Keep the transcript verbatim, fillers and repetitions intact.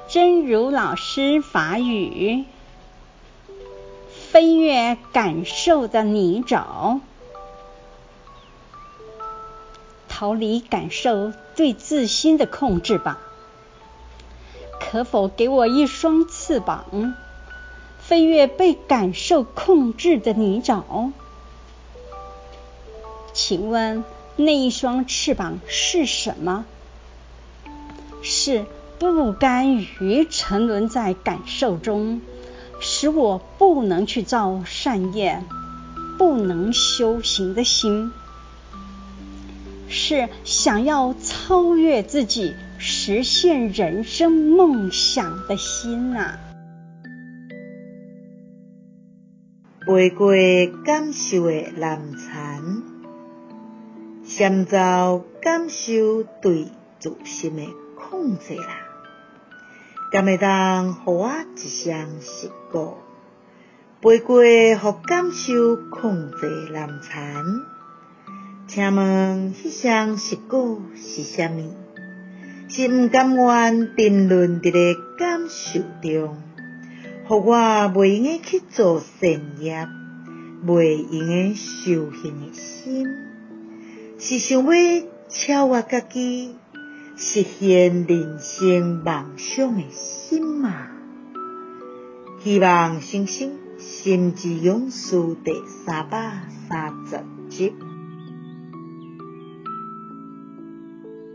真如老师法语，飞越感受的泥沼，逃离感受对自心的控制吧。可否给我一双翅膀，飞越被感受控制的泥沼？请问那一双翅膀是什么？是不甘于沉沦在感受中，使我不能去造善业，不能修行的心，是想要超越自己，实现人生梦想的心啊。 飞过感受的难缠，闪走感受对自心的控制啦。敢会当予我一双实骨，飞过互感受控制难缠？请问迄双实骨是啥物？是毋甘愿沉沦伫咧感受中，予我袂用去做善业，袂用诶修行诶心，是想要超越家己，实现人生梦想诶心嘛？希望新生心之勇士第三百三十集。